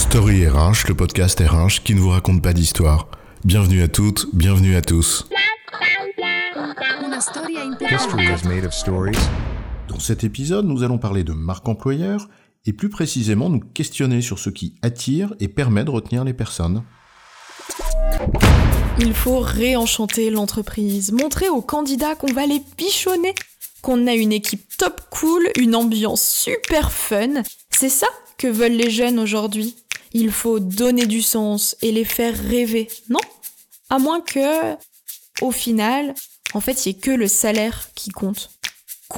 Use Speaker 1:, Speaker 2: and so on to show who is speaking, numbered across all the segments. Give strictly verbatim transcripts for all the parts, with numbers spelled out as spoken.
Speaker 1: Story R H, le podcast R H qui ne vous raconte pas d'histoire. Bienvenue à toutes, bienvenue à tous.
Speaker 2: History is made of stories.
Speaker 1: Dans cet épisode, nous allons parler de marque employeur et plus précisément nous questionner sur ce qui attire et permet de retenir les personnes.
Speaker 3: Il faut réenchanter l'entreprise, montrer aux candidats qu'on va les bichonner, qu'on a une équipe top cool, une ambiance super fun. C'est ça que veulent les jeunes aujourd'hui. Il faut donner du sens et les faire rêver, non ? À moins que, au final, en fait, il n'y ait que le salaire qui compte. Combien ?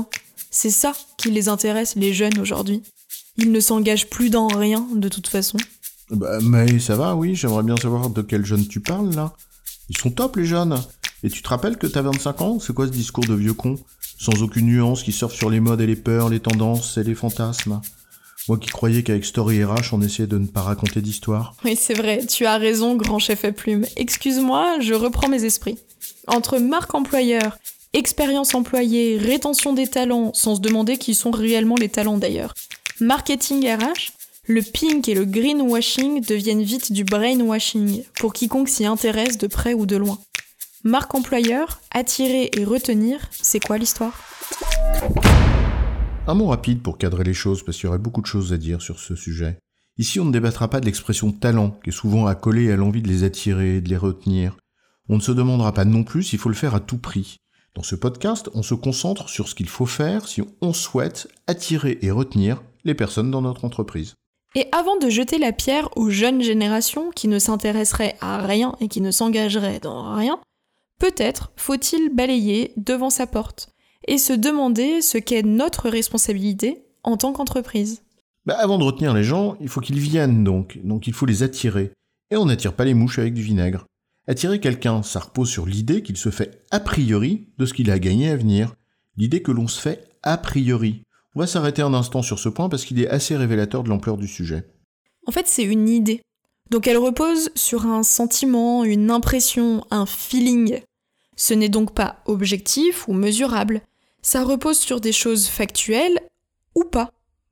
Speaker 3: C'est ça qui les intéresse, les jeunes aujourd'hui. Ils ne s'engagent plus dans rien, de toute façon.
Speaker 1: Bah, mais ça va, oui, j'aimerais bien savoir de quels jeunes tu parles, là. Ils sont top, les jeunes. Et tu te rappelles que t'as vingt-cinq ans ? C'est quoi ce discours de vieux con ? Sans aucune nuance, qui surfe sur les modes et les peurs, les tendances et les fantasmes. Moi qui croyais qu'avec Story R H, on essayait de ne pas raconter d'histoire.
Speaker 3: Oui, c'est vrai, tu as raison, grand chef à plume. Excuse-moi, je reprends mes esprits. Entre marque employeur, expérience employée, rétention des talents, sans se demander qui sont réellement les talents d'ailleurs, marketing R H, le pink et le greenwashing deviennent vite du brainwashing, pour quiconque s'y intéresse de près ou de loin. Marque employeur, attirer et retenir, c'est quoi l'histoire ?
Speaker 1: Un mot rapide pour cadrer les choses, parce qu'il y aurait beaucoup de choses à dire sur ce sujet. Ici, on ne débattra pas de l'expression talent, qui est souvent accolée à l'envie de les attirer, de les retenir. On ne se demandera pas non plus s'il faut le faire à tout prix. Dans ce podcast, on se concentre sur ce qu'il faut faire si on souhaite attirer et retenir les personnes dans notre entreprise.
Speaker 3: Et avant de jeter la pierre aux jeunes générations qui ne s'intéresseraient à rien et qui ne s'engageraient dans rien, peut-être faut-il balayer devant sa porte et se demander ce qu'est notre responsabilité en tant qu'entreprise.
Speaker 1: Bah avant de retenir les gens, il faut qu'ils viennent donc, donc il faut les attirer. Et on n'attire pas les mouches avec du vinaigre. Attirer quelqu'un, ça repose sur l'idée qu'il se fait a priori de ce qu'il a gagné à venir. L'idée que l'on se fait a priori. On va s'arrêter un instant sur ce point parce qu'il est assez révélateur de l'ampleur du sujet.
Speaker 3: En fait, c'est une idée. Donc elle repose sur un sentiment, une impression, un feeling. Ce n'est donc pas objectif ou mesurable. Ça repose sur des choses factuelles ou pas.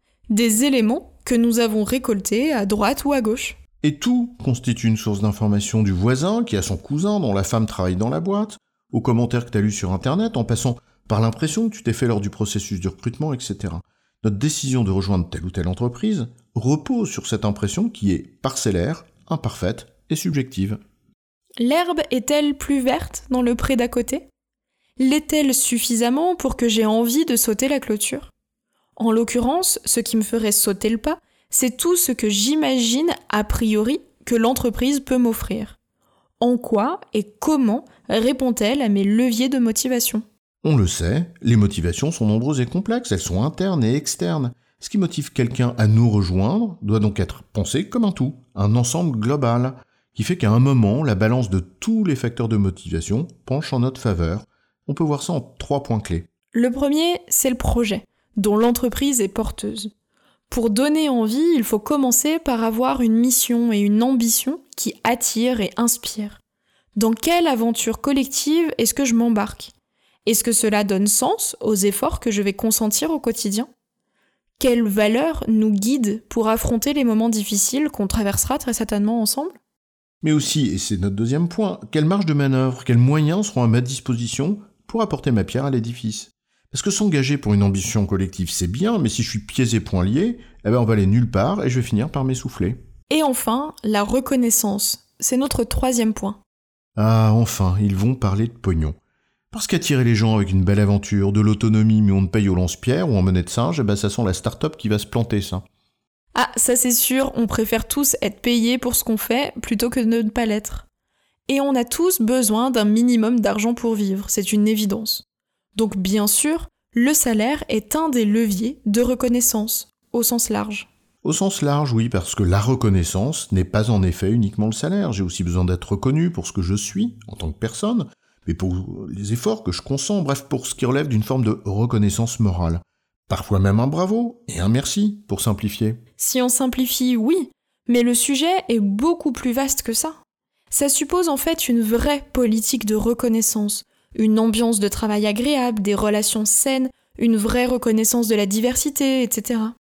Speaker 3: Des éléments que nous avons récoltés à droite ou à gauche.
Speaker 1: Et tout constitue une source d'information du voisin qui a son cousin dont la femme travaille dans la boîte, aux commentaires que tu as lus sur Internet, en passant par l'impression que tu t'es fait lors du processus de recrutement, et cetera. Notre décision de rejoindre telle ou telle entreprise repose sur cette impression qui est parcellaire, imparfaite et subjective.
Speaker 3: L'herbe est-elle plus verte dans le pré d'à côté ? L'est-elle suffisamment pour que j'ai envie de sauter la clôture ? En l'occurrence, ce qui me ferait sauter le pas, c'est tout ce que j'imagine a priori que l'entreprise peut m'offrir. En quoi et comment répond-elle à mes leviers de motivation ?
Speaker 1: On le sait, les motivations sont nombreuses et complexes, elles sont internes et externes. Ce qui motive quelqu'un à nous rejoindre doit donc être pensé comme un tout, un ensemble global, qui fait qu'à un moment, la balance de tous les facteurs de motivation penche en notre faveur. On peut voir ça en trois points clés.
Speaker 3: Le premier, c'est le projet, dont l'entreprise est porteuse. Pour donner envie, il faut commencer par avoir une mission et une ambition qui attirent et inspirent. Dans quelle aventure collective est-ce que je m'embarque ? Est-ce que cela donne sens aux efforts que je vais consentir au quotidien ? Quelles valeurs nous guident pour affronter les moments difficiles qu'on traversera très certainement ensemble ?
Speaker 1: Mais aussi, et c'est notre deuxième point, quelle marge de manœuvre, quels moyens seront à ma disposition pour apporter ma pierre à l'édifice ? Parce que s'engager pour une ambition collective, c'est bien, mais si je suis pieds et poings liés, eh ben on va aller nulle part et je vais finir par m'essouffler.
Speaker 3: Et enfin, la reconnaissance. C'est notre troisième point.
Speaker 1: Ah, enfin, ils vont parler de pognon. Parce qu'attirer les gens avec une belle aventure, de l'autonomie, mais on ne paye au lance-pierre ou en monnaie de singe, eh ben ça sent la start-up qui va se planter, ça.
Speaker 3: Ah, ça c'est sûr, on préfère tous être payés pour ce qu'on fait plutôt que de ne pas l'être. Et on a tous besoin d'un minimum d'argent pour vivre, c'est une évidence. Donc bien sûr, le salaire est un des leviers de reconnaissance, au sens large.
Speaker 1: Au sens large, oui, parce que la reconnaissance n'est pas en effet uniquement le salaire. J'ai aussi besoin d'être reconnu pour ce que je suis, en tant que personne, mais pour les efforts que je consens, bref, pour ce qui relève d'une forme de reconnaissance morale. Parfois même un bravo et un merci, pour simplifier.
Speaker 3: Si on simplifie, oui, mais le sujet est beaucoup plus vaste que ça. Ça suppose en fait une vraie politique de reconnaissance, une ambiance de travail agréable, des relations saines, une vraie reconnaissance de la diversité, et cetera.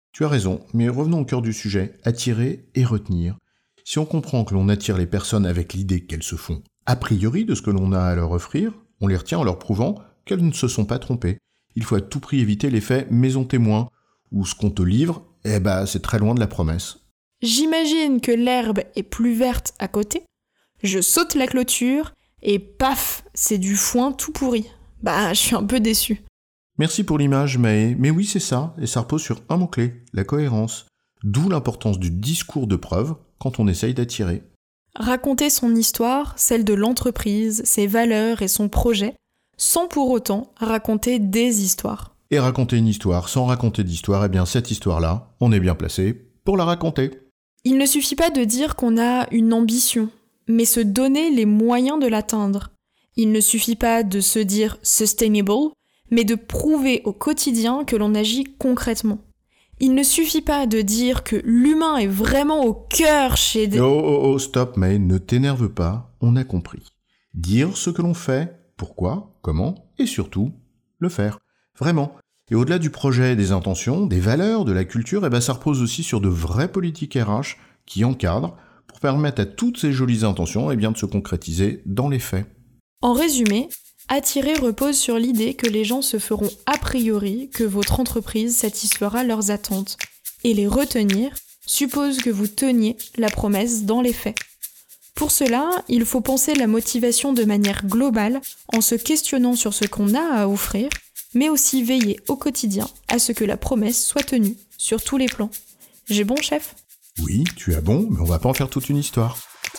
Speaker 1: Tu as raison, mais revenons au cœur du sujet, attirer et retenir. Si on comprend que l'on attire les personnes avec l'idée qu'elles se font a priori de ce que l'on a à leur offrir, on les retient en leur prouvant qu'elles ne se sont pas trompées. Il faut à tout prix éviter l'effet maison témoin, où ce qu'on te livre, eh ben, c'est très loin de la promesse.
Speaker 3: J'imagine que l'herbe est plus verte à côté. Je saute la clôture et paf, c'est du foin tout pourri. Bah, je suis un peu déçue.
Speaker 1: Merci pour l'image, Maë. Mais oui, c'est ça, et ça repose sur un mot-clé, la cohérence. D'où l'importance du discours de preuve quand on essaye d'attirer.
Speaker 3: Raconter son histoire, celle de l'entreprise, ses valeurs et son projet, sans pour autant raconter des histoires.
Speaker 1: Et raconter une histoire sans raconter d'histoire, eh bien cette histoire-là, on est bien placé pour la raconter.
Speaker 3: Il ne suffit pas de dire qu'on a une ambition, mais se donner les moyens de l'atteindre. Il ne suffit pas de se dire « sustainable », mais de prouver au quotidien que l'on agit concrètement. Il ne suffit pas de dire que l'humain est vraiment au cœur chez des...
Speaker 1: Oh, oh, oh, stop, mais ne t'énerve pas, on a compris. Dire ce que l'on fait, pourquoi, comment, et surtout, le faire. Vraiment. Et au-delà du projet, des intentions, des valeurs, de la culture, eh ben ça repose aussi sur de vraies politiques R H qui encadrent pour permettre à toutes ces jolies intentions eh bien, de se concrétiser dans les faits.
Speaker 3: En résumé, attirer repose sur l'idée que les gens se feront a priori que votre entreprise satisfera leurs attentes. Et les retenir suppose que vous teniez la promesse dans les faits. Pour cela, il faut penser la motivation de manière globale en se questionnant sur ce qu'on a à offrir, mais aussi veiller au quotidien à ce que la promesse soit tenue sur tous les plans. J'ai bon, chef ?
Speaker 1: Oui, tu as bon, mais on va pas en faire toute une histoire.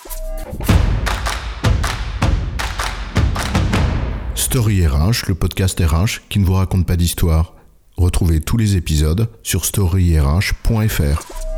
Speaker 1: Story R H, le podcast R H qui ne vous raconte pas d'histoire. Retrouvez tous les épisodes sur story r h point f r.